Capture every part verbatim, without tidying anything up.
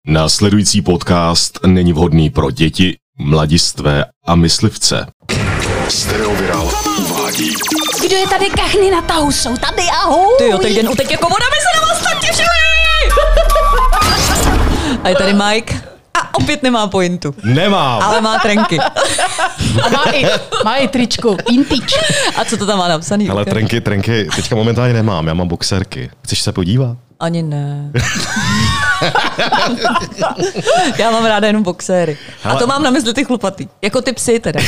Následující podcast není vhodný pro děti, mladistvé a myslivce. Stereoviral uvádí. Kdo je tady kachny na tahu? Jsou tady, ahoj! Ty jo, teď den utek jako voda, my se na vás tak těšili! A je tady Mike a opět nemá pointu. Nemám. Ale má trenky. A má i, má i tričko, intič. A co to tam má napsaný? Ale trenky, trenky teďka momentálně nemám, já mám boxerky. Chceš se podívat? Ani ne. Já mám ráda jenom boxéry. Hele. A to mám na mysli ty chlupatý. Jako ty psy teda.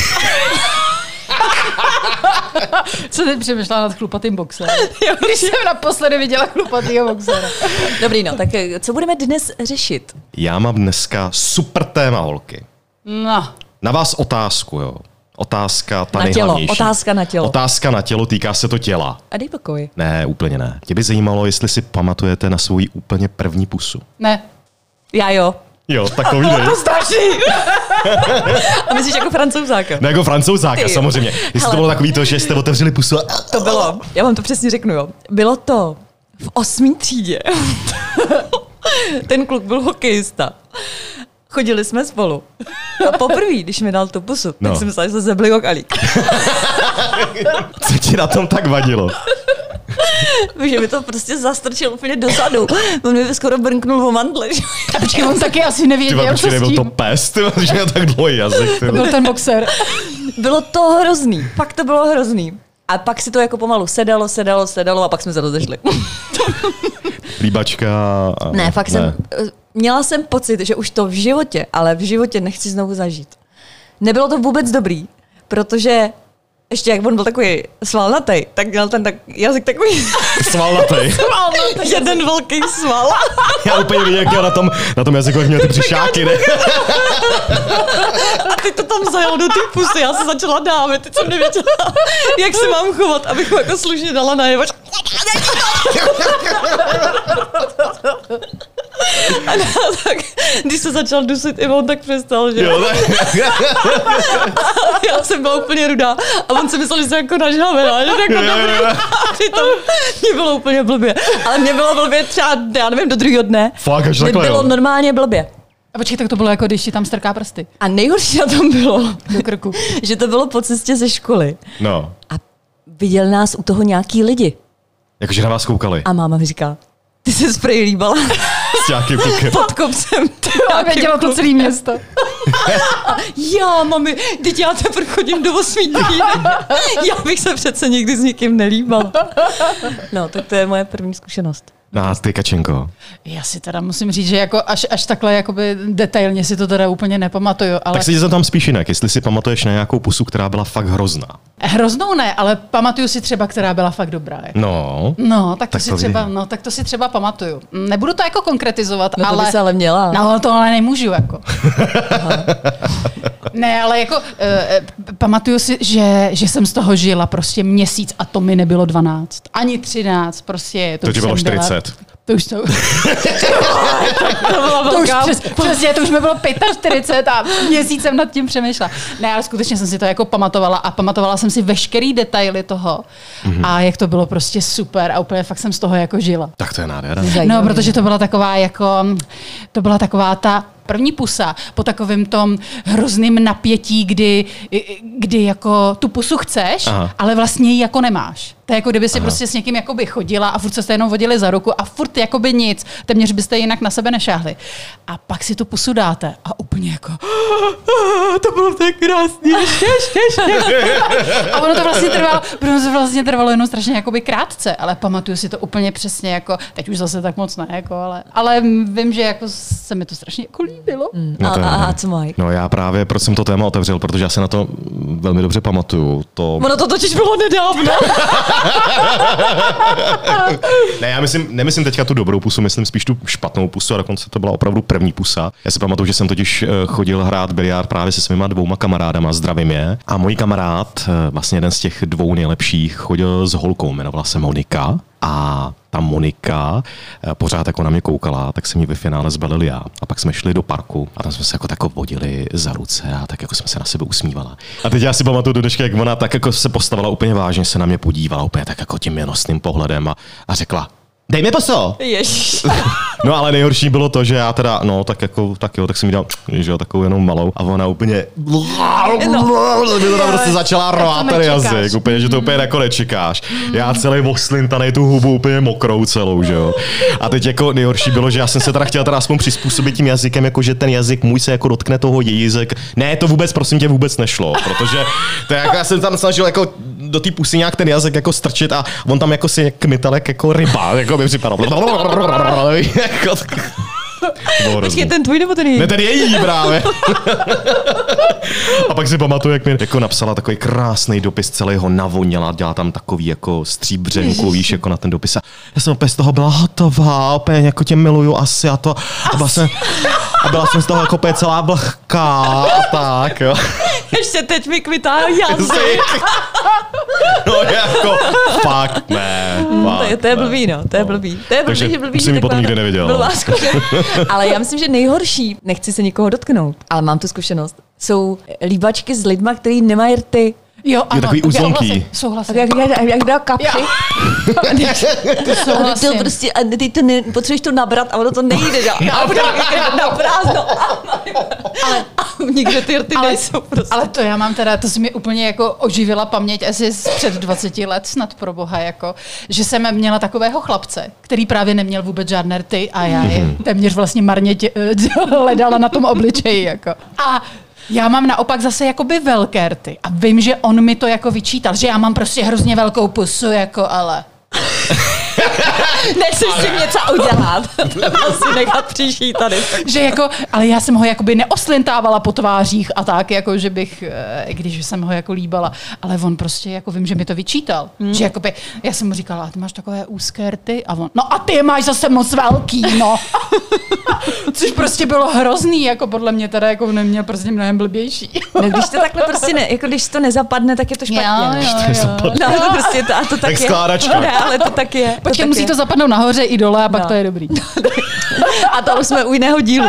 Co teď přemýšlela nad chlupatým boxerem? Když jsem naposledy viděla chlupatýho boxera. Dobrý, no, tak co budeme dnes řešit? Já mám dneska super téma, holky. No. Na vás otázku, jo. Otázka ta Na tělo, nejhlavnější. otázka na tělo. Otázka na tělo, týká se to těla. A dej pokoj. Ne, úplně ne. Tě by zajímalo, jestli si pamatujete na svoji úplně první pusu. Ne. Já jo. Jo, tak povídej. To strašný. A myslíš jako francouzáka? Ne, jako francouzáka, Ty. samozřejmě. Jestli Hele. to bylo takový to, že jste otevřeli pusu a... To bylo, já vám to přesně řeknu, jo. Bylo to v osmý třídě. Ten kluk byl hokejista. Chodili jsme spolu. A poprvé, když mi dal tu pusu, No. tak jsem myslela, že se zebli okalík. Co ti na tom tak vadilo? Že mi to prostě zastrčil úplně dozadu. On mi skoro brnknul o mandle. A počkej, on taky asi Ty nevěděl, co počkej, s nebyl to tím. pes, ty že měl tak dlouhý jazyk. Ty. To byl ten boxer. Bylo to hrozný. Fakt to bylo hrozný. A pak si to jako pomalu sedalo, sedalo, sedalo a pak jsme se rozešli. Líbačka. A... Ne, fakt ne. jsem, měla jsem pocit, že už to v životě, ale v životě nechci znovu zažít. Nebylo to vůbec dobrý, protože ještě jak on byl takový svalnatej, tak měl ten tak, jazyk takový Svalnatej. svalnatej, jeden velký sval. Já úplně vidím, jak měl na tom, na tom jazyku, jak měl ty břišáky, ne? A ty to tam zajel do té pusy, já se začala dávat, teď jsem nevěděla, jak se mám chovat, abych ho jako slušně dala najevo. A no, tak, když se začal dusit i on, tak přestal, že? Jo, ne? Já jsem byla úplně rudá a on si myslel, že jsem jako nažhavená, že jako dobrý. A přitom mě bylo úplně blbě. Ale mě bylo blbě třeba, já nevím, do druhého dne. Fakt, až Mě takhle, bylo jo. normálně blbě. A počkej, tak to bylo jako, když ti tam strká prsty A nejhorší na tom bylo, do krku. že to bylo po cestě ze školy. No, A viděl nás u toho nějaký lidi. jakože na vás koukali. A máma mi říká, ty se sprej líbala S nějakým klukem. pod kopcem. A vědělo to celé město. Já, mami, teď já teprve chodím do osmý třídy. Já bych se přece nikdy s nikým nelíbala. No, tak to je moje první zkušenost. No a ty, Kačenko. Já si teda musím říct, že jako až, až takhle jakoby detailně si to teda úplně nepamatuju, ale Tak se tě tam spíš jinak, jestli si pamatuješ na nějakou pusu, která byla fakt hrozná. hroznou ne, ale pamatuju si třeba, která byla fakt dobrá. Jako. No. No, tak to, Tak si to třeba, vidím. no, tak to si třeba pamatuju. Nebudu to jako konkretizovat, No to ale... by se ale měla. No, to ale nemůžu, jako. Ne, ale jako uh, pamatuju si, že, že jsem z toho žila prostě měsíc a to mi nebylo dvanáct. Ani třináct, prostě. To už ti bylo jsem byla- čtyřicet. To už to... To byla To už velká... přes, přesně, to už mi bylo čtyřicet pět a měsíc jsem nad tím přemýšlela. Ne, ale skutečně jsem si to jako pamatovala a pamatovala jsem si veškerý detaily toho mm-hmm. a jak to bylo prostě super a úplně fakt jsem z toho jako žila. Tak to je nádhera. No, protože to byla taková jako, to byla taková ta první pusa po takovém tom hrozném napětí, kdy, kdy jako tu pusu chceš, Aha. ale vlastně ji jako nemáš. To je jako kdyby si Aha. prostě s někým jakoby chodila a furt jste jenom vodili za ruku a furt jakoby nic. Téměř byste jinak na sebe nešáhli. A pak si tu pusu dáte a úplně jako to bylo tak krásný, ještě, ještě, ještě. A ono to vlastně trvalo, ono to vlastně trvalo jenom strašně jakoby krátce, ale pamatuju si to úplně přesně jako, teď už zase tak moc ne, jako, ale, ale vím, že jako se mi to strašně jako líbilo. Mm. No A, to je a, ono. a co Mike? No já právě, proč jsem to téma otevřel, protože já se na to velmi dobře pamatuju. To... Ono to totiž bylo nedávno. Ne, já myslím, nemyslím teďka tu dobrou pusu, myslím spíš tu špatnou pusu a dokonce to byla opravdu první pusa. Já si pamatuju, že jsem totiž chodil hrát biliard právě se svýma dvouma kamarádama, zdravím je. A můj kamarád, vlastně jeden z těch dvou nejlepších, chodil s holkou, jmenovala se Monika. A ta Monika pořád jako na mě koukala, tak jsem ji ve finále zbalil já. A pak jsme šli do parku a tam jsme se jako tak vodili za ruce a tak jako jsme se na sebe usmívala. A teď já si pamatuju do dneška, jak ona tak jako se postavila úplně vážně, se na mě podívala úplně tak jako tím milostným pohledem a, a řekla: Dej mi pusu! Ježiš. No ale nejhorší bylo to, že já teda, no tak jako, tak jo, tak jsem jí dal, že jo, takovou jenom malou a ona úplně, no. mi to tam prostě začala rvát ten jazyk, úplně, že to úplně jako nečekáš. Já celý oslintanej tu hubu úplně mokrou celou, že jo. A teď jako nejhorší bylo, že já jsem se teda chtěl teda aspoň přizpůsobit tím jazykem, jako že ten jazyk můj se jako dotkne toho její jazyk. Ne, to vůbec, prosím tě, vůbec nešlo, protože to jako, já jsem tam snažil jako do té pusy nějak ten jazyk jako strčit a on tam jako si kmitalek jako ryba, jako by připadal. Počkej, ten tvůj nebo ten její? Ne, ten její právě. A pak si pamatuju, jak mi jako napsala takový krásný dopis, celý ho navoněla, dělala tam takový jako stříbřenku, víš, jako na ten dopis. A já jsem opět z toho byla hotová, opět jako tě miluju asi a to. A byla jsem, a byla jsem z toho jako opět celá vlhká a tak, jo. Ještě teď mi kvitá jazyk. No jako, fakt ne. Fakt to, je, to je blbý, no, to je blbý. To je blbý, Takže že blbý, jsem ji potom nikdy neviděl. Ale já myslím, že nejhorší, nechci se nikoho dotknout, ale mám tu zkušenost, jsou líbačky s lidma, kteří nemají rty. Jo, ano. Je takový uzlonky. Souhlasím. Jak, jak, jak dá kapři. A ty to prostě, a ty to ne, potřebuješ to nabrat a ono to nejde. Já na prázdno. Ale nikde ty rty ale, nejsou prostě. Ale to já mám teda, to si mi úplně jako oživila paměť asi z před dvaceti let snad pro boha, jako, že jsem měla takového chlapce, který právě neměl vůbec žádné rty a já je téměř vlastně marně tě, hledala na tom obličeji. Jako. A já mám naopak zase jakoby velké rty a vím, že on mi to jako vyčítal, že já mám prostě hrozně velkou pusu, jako ale... Nechceš si něco udělat. Asi nechat příští tady. Že jako, ale já jsem ho jakoby neoslintávala po tvářích a tak, jako že bych, když jsem ho jako líbala, ale on prostě jako vím, že mi to vyčítal. Hmm. Že jakoby, já jsem mu říkala, ty máš takové úzké rty a on, no a ty je máš zase moc velký, no. Což prostě bylo hrozný, jako podle mě teda jako neměl prostě mnohem blbější. No, když to takhle prostě ne, jako když to nezapadne, tak je to špatně. Jo, jo, jo. No, to prostě to, a to tak, tak je. Skládačka. Ne, ale to tak je. Počkej, to musí je. to zapadnout nahoře i dole a pak no. to je dobrý. A to už jsme u jiného dílu.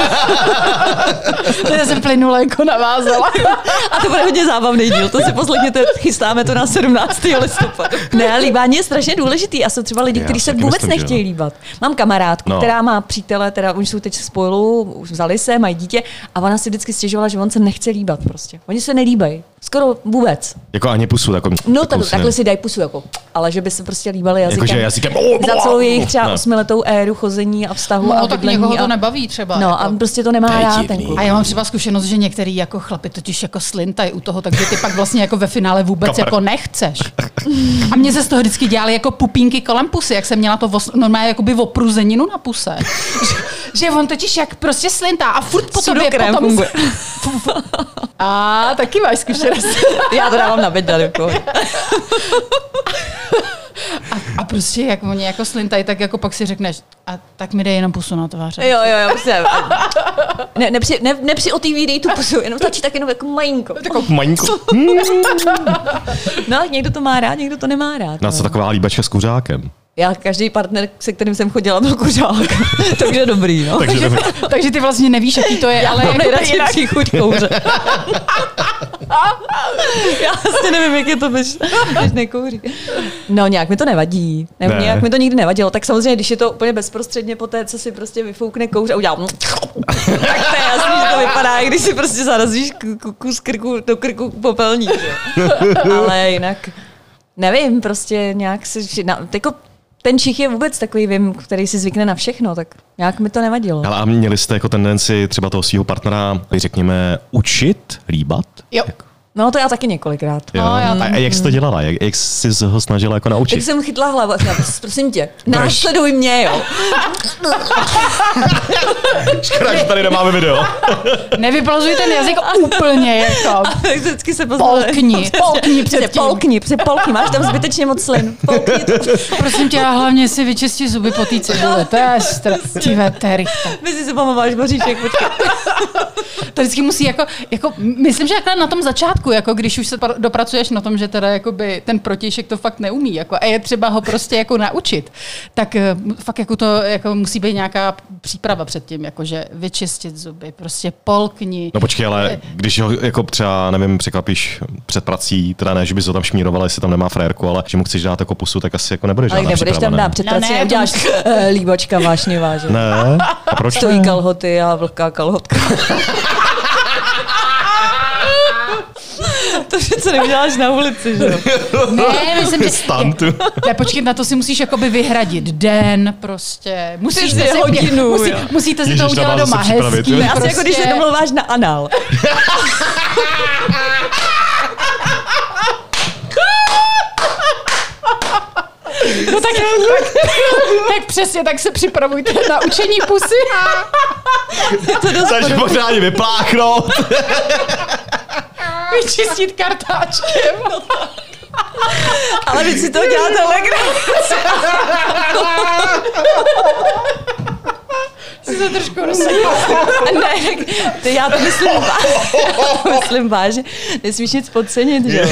Já jsem plynule jako navázala. A to bude hodně zábavný díl, to si poslechněte, chystáme to na sedmnáctého listopadu. Ne, líbání je strašně důležitý a jsou třeba lidi, kteří se vůbec myslím, nechtějí líbat. Mám kamarádku, no. která má přítele, teda už jsou teď spolu, už vzali se, mají dítě a ona si vždycky stěžovala, že on se nechce líbat prostě. Oni se nelíbají. Skoro vůbec. Jako ani pusu, jako, no tak, takhle si dají pusu, jako, ale že by se prostě líbali jazykem. Jakože jazykem. Za celou jejich třeba osmiletou éru chození a vztahu no, a tak bydlení. někoho a... to nebaví třeba. No jako. a prostě to nemá rád. A já mám třeba zkušenost, že některý jako chlapi totiž jako slintají u toho, takže ty pak vlastně jako ve finále vůbec Kapr. jako nechceš. A mě se z toho vždycky dělaly jako pupínky kolem pusy, jak jsem měla to os, normálně jakoby opruzeninu na puse. že, že on totiž jak prostě slintá a furt po tobě potom... A taky máš zkušenost. Já to dávám na bedna, jako. A, a prostě jak oni jako slintají, tak jako pak si řekneš, a tak mi dej jenom pusu na tváře. Jo, jo, jo. Prostě, ne, nepři, ne, nepřiotívídej tu pusu, jenom stačí tak jenom jako malinko. Takovou malinko. No, někdo to má rád, někdo to nemá rád. Na co taková líbačka s kuřákem? Já každý partner, se kterým jsem chodila, byl kuřák. Takže dobrý, no. Takže, dobrý. takže ty vlastně nevíš, jaký to je, já ale mám nejradši příchuť kouře. Já vlastně nevím, jak je to, když, když nekouří. No, nějak mi to nevadí. Ne, ne. Nějak mi to nikdy nevadilo. Tak samozřejmě, když je to úplně bezprostředně po té, co si prostě vyfoukne kouř a udělám tak to je jasný, že to vypadá, když si prostě zarazíš kus krku do krku popelník. Ale jinak nevím, prostě nějak si... Na, jako, ten čich je vůbec takový, vím, který si zvykne na všechno, tak nějak mi to nevadilo. Ale a měli jste jako tendenci třeba toho svého partnera, řekněme, učit líbat? Jo. Jak? No to já taky několikrát. Jo. No, já a jak jsi to dělala? Jak, jak jsi ho snažila jako naučit? Jak jsem chytla hlavu, já, prosím tě, následuj mě, jo. Škoda, že tady nemáme video. Nevyplazuj ten jazyk úplně, jako. Vždycky se poznali. Polkni, polkni předtím. Polkni, polkni, máš tam zbytečně moc slin. Polkni to. Prosím tě, a hlavně si vyčistí zuby po té cibuli. To je strašlivé, to je rychle. Vy si si pamatováš boříček, počkej. To vždycky musí jako, jako, myslím, že na tom začátku, jako když už se dopracuješ na tom, že teda jakoby ten protějšek to fakt neumí, jako, a je třeba ho prostě jako naučit, tak fakt jako to jako musí být nějaká příprava předtím, jako, že že vyčistit zuby, prostě polkni. No počkej, ale když ho jako třeba, nevím, překvapíš před prací, teda ne, že bys ho tam šmírovala, jestli tam nemá frérku, ale že mu chceš dát jako pusu, tak asi jako nebude žádná Ale nebudeš příprava, tam ne? dát před prací, No ne, neuděláš to uh, líbačka vášnivá, že? Ne? A proč Stojí ne? kalhoty a vlhká kalhotka. To přece neuděláš na ulici, že jo? Ne, myslím, že... Stantu. Ne, počkej, na to si musíš jakoby vyhradit den prostě. Musíš Přesně, si hodinu, musí, jo. musíte si Ježiš, to na udělat vás doma se připravit, hezký. jo. Asi Prostě. jako když se domluváš na anál. No tak, tak, tak přesně, tak se připravujte na učení pusy. Takže pořádně vypláchnout. Vyčistit kartáčkem. Ale vy si to děláte legraci. Si se trošku rozsvěděl. Ne, to já to myslím, já to myslím vážně. Nesmíš nic podcenit, že jo?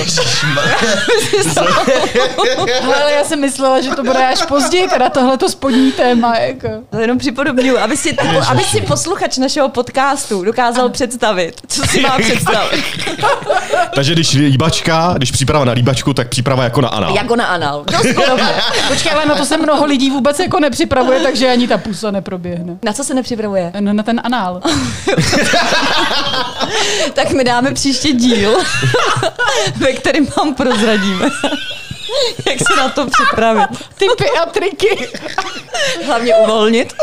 Ale já jsem myslela, že to bude až později, teda tohleto spodní téma. Jako. To jenom připodobňuji, aby si, aby si posluchač našeho podcastu dokázal představit, co si má představit. Takže když líbačka, když příprava na líbačku, tak příprava jako na anál. Jako na anál. Dost podobně. Počkej, ale na to se mnoho lidí vůbec jako nepřipravuje, takže ani ta pusa neproběhne. Na co se nepřipravuje? No, na ten anál. Tak my dáme příště díl, ve kterém vám prozradíme, jak se na to připravit. Typy a triky. Hlavně uvolnit.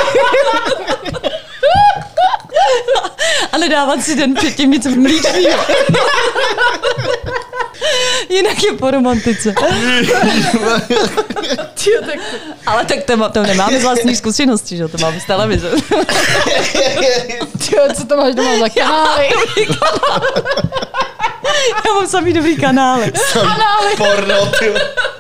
A nedávat si den předtím nic mlíčného. Jinak je po romantice. Tyjo, tak to... Ale tak to, to nemáme z vlastní zkušenosti, že? To máme z televize. Tyjo, co to máš doma za kanály? Já mám samý dobrý kanály. Kanály. Porno, ty.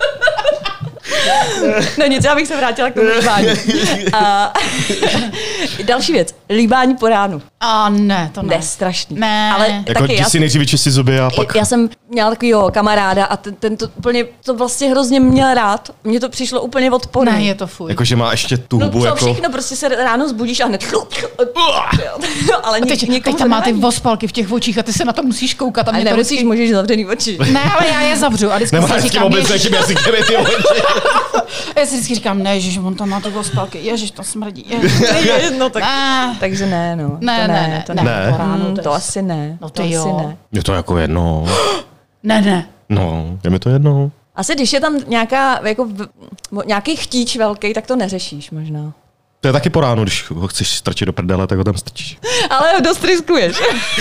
No nic, já bych se vrátila k tomu líbání. A další věc. Líbání po ránu. A ne, to ne. Ne, strašný. Ne. Ale Jako taky jdi já, si nejdřív vyčistit zuby a pak... já jsem měla takovýho kamaráda a ten, ten to úplně to vlastně hrozně měl rád. Mně to přišlo úplně odporné. Ne, je to fuj. Jakože má ještě tu No hubu co jako... všechno, prostě se ráno zbudíš a hned... No, ale A teď, někomu teď to tam má ty nevadí. vospalky v těch očích a ty se na to musíš koukat. A Ale mě to nemusíš, vždycky... můžeš zavřený oči. Ne, ale já je zavřu a vždycky Nemá si hezký říkám, mobil s ježiš, nějakým jazykem, ty oči. a já si vždycky říkám, ne, ježiš, on tam má ty vospalky, ježiš, to smrdí. Ježiš. No, tak... Ne, Takže ne, no. Ne, to ne, ne, ne, to ne. ne. Ne. Po ránu, Mm, to to je- asi ne. No to ty asi jo. ne. Je to jako jedno. ne, ne. No, je mi to jedno. Asi když je tam nějaká, jako, v- mo- nějaký chtíč velký, tak to neřešíš možná. To je taky po ránu, když ho chceš strčit do prdele, tak ho tam strčíš. Ale dost riskuješ.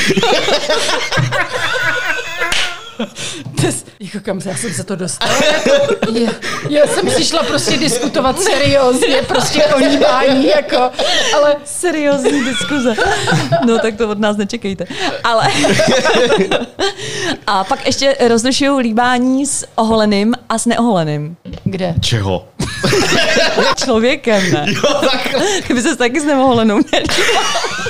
Des, jako kam se, já jsem se to dostala. Já, já jsem přišla prostě diskutovat seriózně, prostě o líbání, jako, ale Seriózní diskuze. No tak to od nás nečekejte. Ale... A pak ještě rozlišuju líbání s oholeným a s neoholeným kde? Čeho? člověkem, ne? Jo, takhle. Kdyby ses taky s neoholenou nelíbal.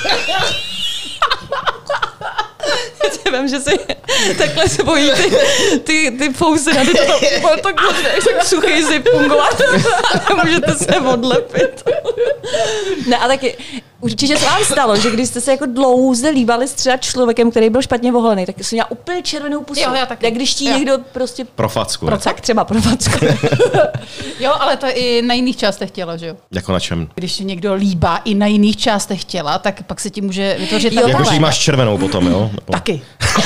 Vím, že si takhle se bojí ty, ty, ty fousy na ty to úplně tak budeš tak suchý zip fungovat a můžete se odlepit. Ne, a taky určitě se vám stalo, že když jste se jako dlouze líbali s třeba člověkem, který byl špatně oholený, tak jsem měla úplně červenou pusu. Jo, já taky. Jak když ti Jo. někdo prostě Pro facku. pro tak třeba pro facku. Jo, ale to i na jiných částech těla, že jo? Jako na čem? Když se někdo líbá i na jiných částech těla, tak pak se ti může vytvořit Jo, takové. Jako, že jí máš červenou potom, jo? Nebo... Taky.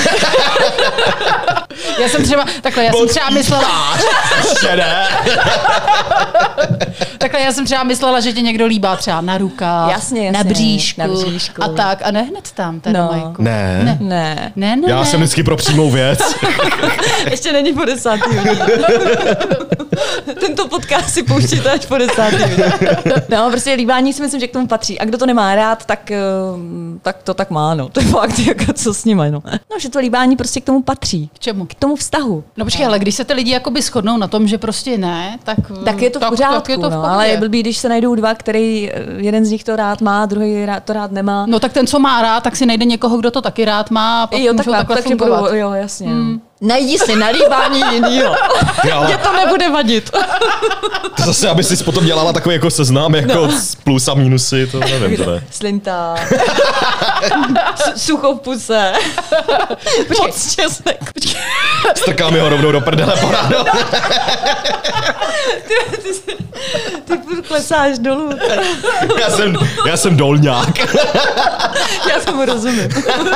Já jsem třeba, takhle, já jsem třeba myslela, Ještě ne. takhle, já jsem třeba myslela, že tě někdo líbá třeba na rukách, Jasně, jasně, na bříšku, na bříšku. a tak, a ne hned tam, teda No. Majku. Ne. Ne. Ne, Ne, ne, Já ne. jsem vždycky pro přímou věc. ještě není po desátý hodině. Tento podcast si pouštíte až po desátý hodině. No, prostě líbání si myslím, že k tomu patří. A kdo to nemá rád, tak, eh, tak to tak má, no. To je fakt, jako co s nimi, no. No, že to líbání prostě k tomu patří. K čemu? K tomu vztahu. No počkej, ale když se ty lidi jakoby shodnou na tom, že prostě ne, tak... Tak je to v tak, pořádku, tak je to v no, pohodě. ale je blbý, když se najdou dva, který eh, jeden z nich to rád má, druhý rád, to rád nemá. No tak ten, co má rád, tak si najde někoho, kdo to taky rád má a pak jo, můžou takhle, takhle takže fungovat. budou, jo, jasně. Hmm. Najdi si nalíbání jinýho. Mně to nebude vadit. To zase, aby jsi potom dělala takový jako seznám, jako no. plus a minusy, to nevím. To ne. Slinta. Sucho v puse. Moc česnek. Strká mi ho rovnou do prdele po ráno. Ty, ty, ty, ty furt klesáš dolů. Já jsem, já jsem dolňák. Já tomu rozumím.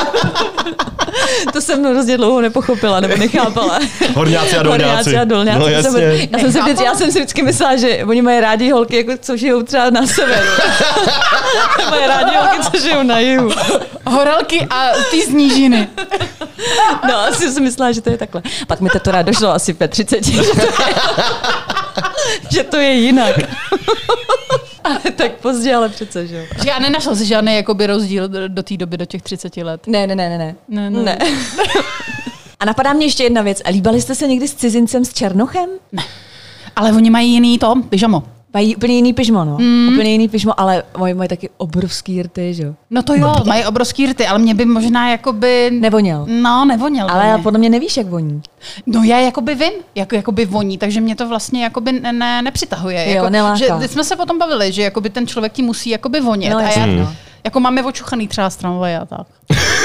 To jsem hrozně dlouho nepochopila, nebo nechápala. Horňáci a dolňáci. Horňáci a dolňáci. No, jasně. Jsem, já, jsem si vždycky, já jsem si vždycky myslela, že oni mají rádi holky, jako, co žijou třeba na severu. Mají rádi holky, co žijou na jihu. Horelky a ty z nížiny. No, asi jsem myslela, že to je takhle. Pak mi to rád došlo asi v třiceti, že to je, že to je jinak. Ale tak pozdě, ale přece, že jo. Já nenašla si žádný jakoby rozdíl do, do té doby, do těch třiceti let. Ne, ne, ne, ne, ne. ne, ne. ne. A napadá mě ještě jedna věc. A líbali jste se někdy s cizincem s černochem? Ne. Ale oni mají jiný to, pyžamo. Mají úplně jiný pyžmo, no. Mm. Úplně jiný pyžmo, ale mají, mají taky obrovský rty, že jo. No to jo, mají obrovský rty, ale mě by možná jakoby... Nevoněl. No, nevoněl. Ale já podle mě nevíš, jak voní. No já jakoby vím, jak jakoby voní, takže mě to vlastně jakoby ne, ne, nepřitahuje. Jo, jako, neláká. že, teď jsme se potom bavili, že jakoby ten člověk ti musí jakoby vonět. No, a já, mm. jako máme očuchaný třeba z tramvaje a tak.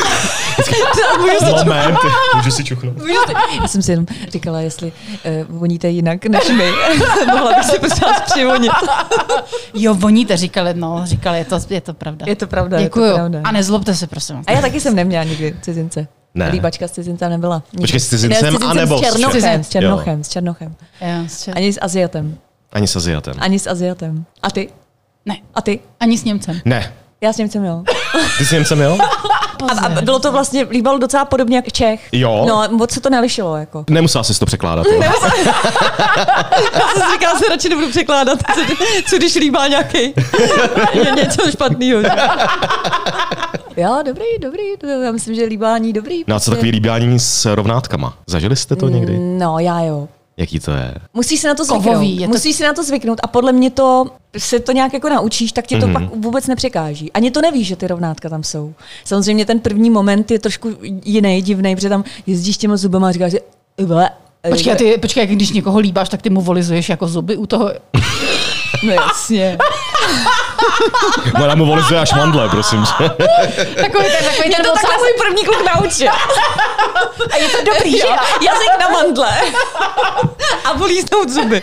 Moment, můžu si čuchnout. Já jsem si jenom říkala, jestli uh, voníte jinak než my. Mohla bych si prostě vás přivonit. Jo, voníte, říkali, no, říkali, je to, je to pravda. Je to pravda, Děkuju. je to pravda. A nezlobte se, prosím. A já taky jsem neměla nikdy cizince. Ne. Líbačka z cizinca nebyla. Nikdy. Počkej, s cizincem, ne, s anebo s černochem, s s černochem, s černochem. Jo, s čer... Ani s Aziatem. Ani s Aziatem. Ani s Aziatem. A ty? Ne. A ty? Ani s Němcem. Ne. Já s Němcem, jo. Ty s Němcem, jo? A, a bylo to vlastně, líbalo docela podobně jak Čech. Jo. No, moc se to nelišilo, jako. Nemusela jsi to překládat. Já jsem si říkala, se radši nebudu překládat, co, co když líbá nějaký je něco špatného. Jo, dobrý, dobrý. Já myslím, že líbání dobrý. No a co takový líbání s rovnátkama? Zažili jste to někdy? No, já jo. Jaký to je? Musí se na to Kovový, zvyknout. je to... Musíš se na to zvyknout a podle mě to, se to nějak jako naučíš, tak ti to Mhm. pak vůbec nepřekáží. Ani to nevíš, že ty rovnátka tam jsou. Samozřejmě ten první moment je trošku jiný, divný, protože tam jezdíš těma zubama a říkáš, že Počkej, ty, počkej, když někoho líbáš, tak ty mu volizuješ jako zuby u toho. No jasně. Ona mu volizuje až mandle, prosím. Takový ten, takový Mě ten to takhle ocas- můj první kluk naučil. A je to dobrý, že? Jo, jazyk na mandle. A volíznout zuby.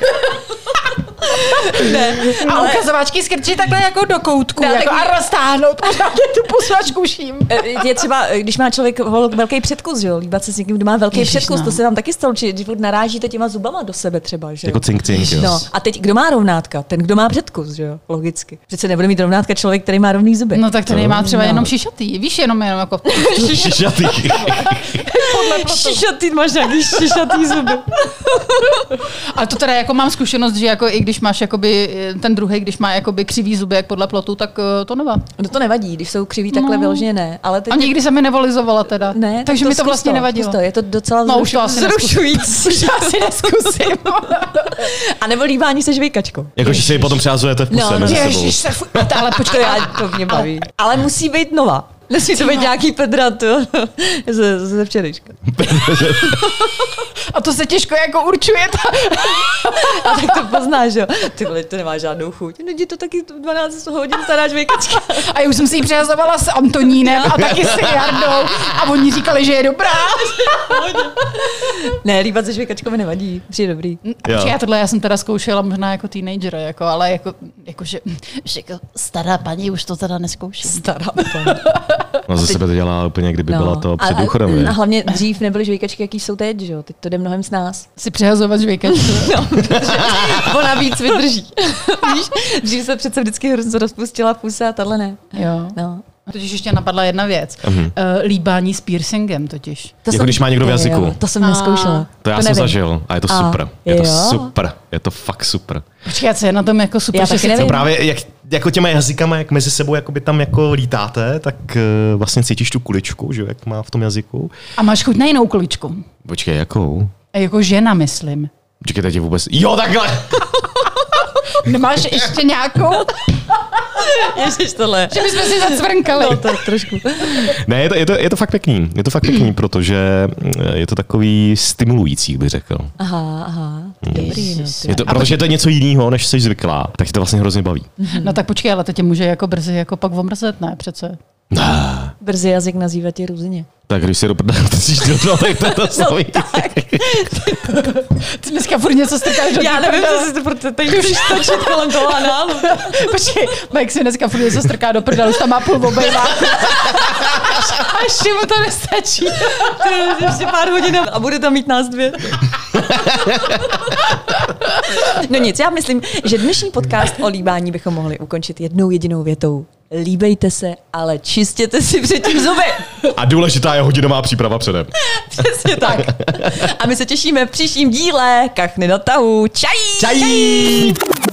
Ne, A ale ukazováčky skrčit takhle jako do koutku Ne, jako tak- a roztáhnout. Pořádně tu pusačku ším. je třeba, když má člověk vel- velký předkus, že jo, líbat se s někým, kdo má velký Ježiš, předkus, no. to se vám taky stalo, že když narážíte těma zubama do sebe třeba, že jo. Jako cink cink, jo. No a teď kdo má rovnátka? Ten, kdo má předkus, že jo, logicky. Přece nebude mít rovnátka člověk, který má rovný zuby. No tak to nemá třeba No. jenom šišatý. Víš, jenom jenom jako... Šišatý. Šišatý, máš nějaký šišatý zuby. Ale to teda jako mám zkušenost, že jako i když máš jakoby ten druhý, když má jakoby křivý zuby jak podle plotu, tak uh, to nevadí. No to nevadí, když jsou křiví takhle No. vyloženě ne. Ale teď A nikdy se mi nevolizovala teda. ne, tak takže mi to zkus vlastně nevadilo. zkus To, je to docela No, už to asi zrušující. Už to asi neskusím. A nebo líbání se žvejkačkou. Jako, že si ji potom přázujete v puse No, mezi sebou. Ježiš, se fuj. Ale To, počkej, já, to mě baví. Ale musí být nová. Nesmí to být nějaký pedra, to ze, ze včerejška. a to se těžko jako určuje. A tak to poznáš, jo. Ty vole, to nemá žádnou chuť. No, je to taky dvanáct hodin stará žvejkačka. A já už jsem si ji přehazovala s Antonínem a taky s Jardou. A oni říkali, že je dobrá. Ne, líbat se žvejkačkou mi nevadí. Přijde dobrý. A počkej, já tohle já jsem teda zkoušela možná jako teenager, jako, ale jako, jako že, že jako stará paní už to teda neskouším. Stará. No za sebe to dělá úplně, kdyby byla to před důchodem. A, a viď? hlavně dřív nebyly žvejkačky, jaký jsou teď, že jo? Teď to jde mnohem s nás. Si přehazovat žvejkačku. No, ona víc vydrží. Víš, dřív se přece vždycky hrozně rozpustila pusa a tahle ne. Jo. No. Totiž ještě napadla jedna věc. Mhm. Uh, líbání s piercingem totiž. To Jako když má někdo v jazyku. Jo, to jsem neskoušela. To já jsem nevím. zažil a je to A, super. Je to jo. super. Je to fakt super. Počkej, co je na tom jako super, Já že taky si nevím. To právě jak, jako těma jazykama, jak mezi sebou jakoby tam jako lítáte, tak uh, vlastně cítíš tu kuličku, že jo, jak má v tom jazyku. A máš chuť na jinou kuličku. Počkej, jakou? A jako žena, myslím. Počkej, teď je vůbec... Jo, takhle! Nemáš ještě nějakou? Ježiš, tohle. Že bychom si zacvrnkali. No, to trošku. Ne, je to, je, to, je to fakt pěkný. Je to fakt pěkný, protože je to takový stimulující, bych řekl. Aha, aha. Dobrý, no. Je to, protože je to něco jiného, než jsi zvyklá, tak tě to vlastně hrozně baví. No tak počkej, ale to tě může jako brzy jako pak omrzet, ne přece. Brzy jazyk nazývat tě různě. Tak když si do prdele vtesíš do toho, tak to je to samý. Ty dneska furt něco strkáš do Já nevím, co si to proto teď chceš točit kolem toho análu. Počkej, Mike si dneska furt něco strká do prdele, už tam má půl obejváku. A ještě mu to nestačí. Ještě pár hodin a bude tam mít nás dvě. No nic, já myslím, že dnešní podcast o líbání bychom mohli ukončit jednou jedinou větou. Líbejte se, ale čistěte si předtím zuby. A důležitá je hodinová příprava předem. Přesně tak. A my se těšíme v příštím díle Kachny na tahu. Čají! Čají!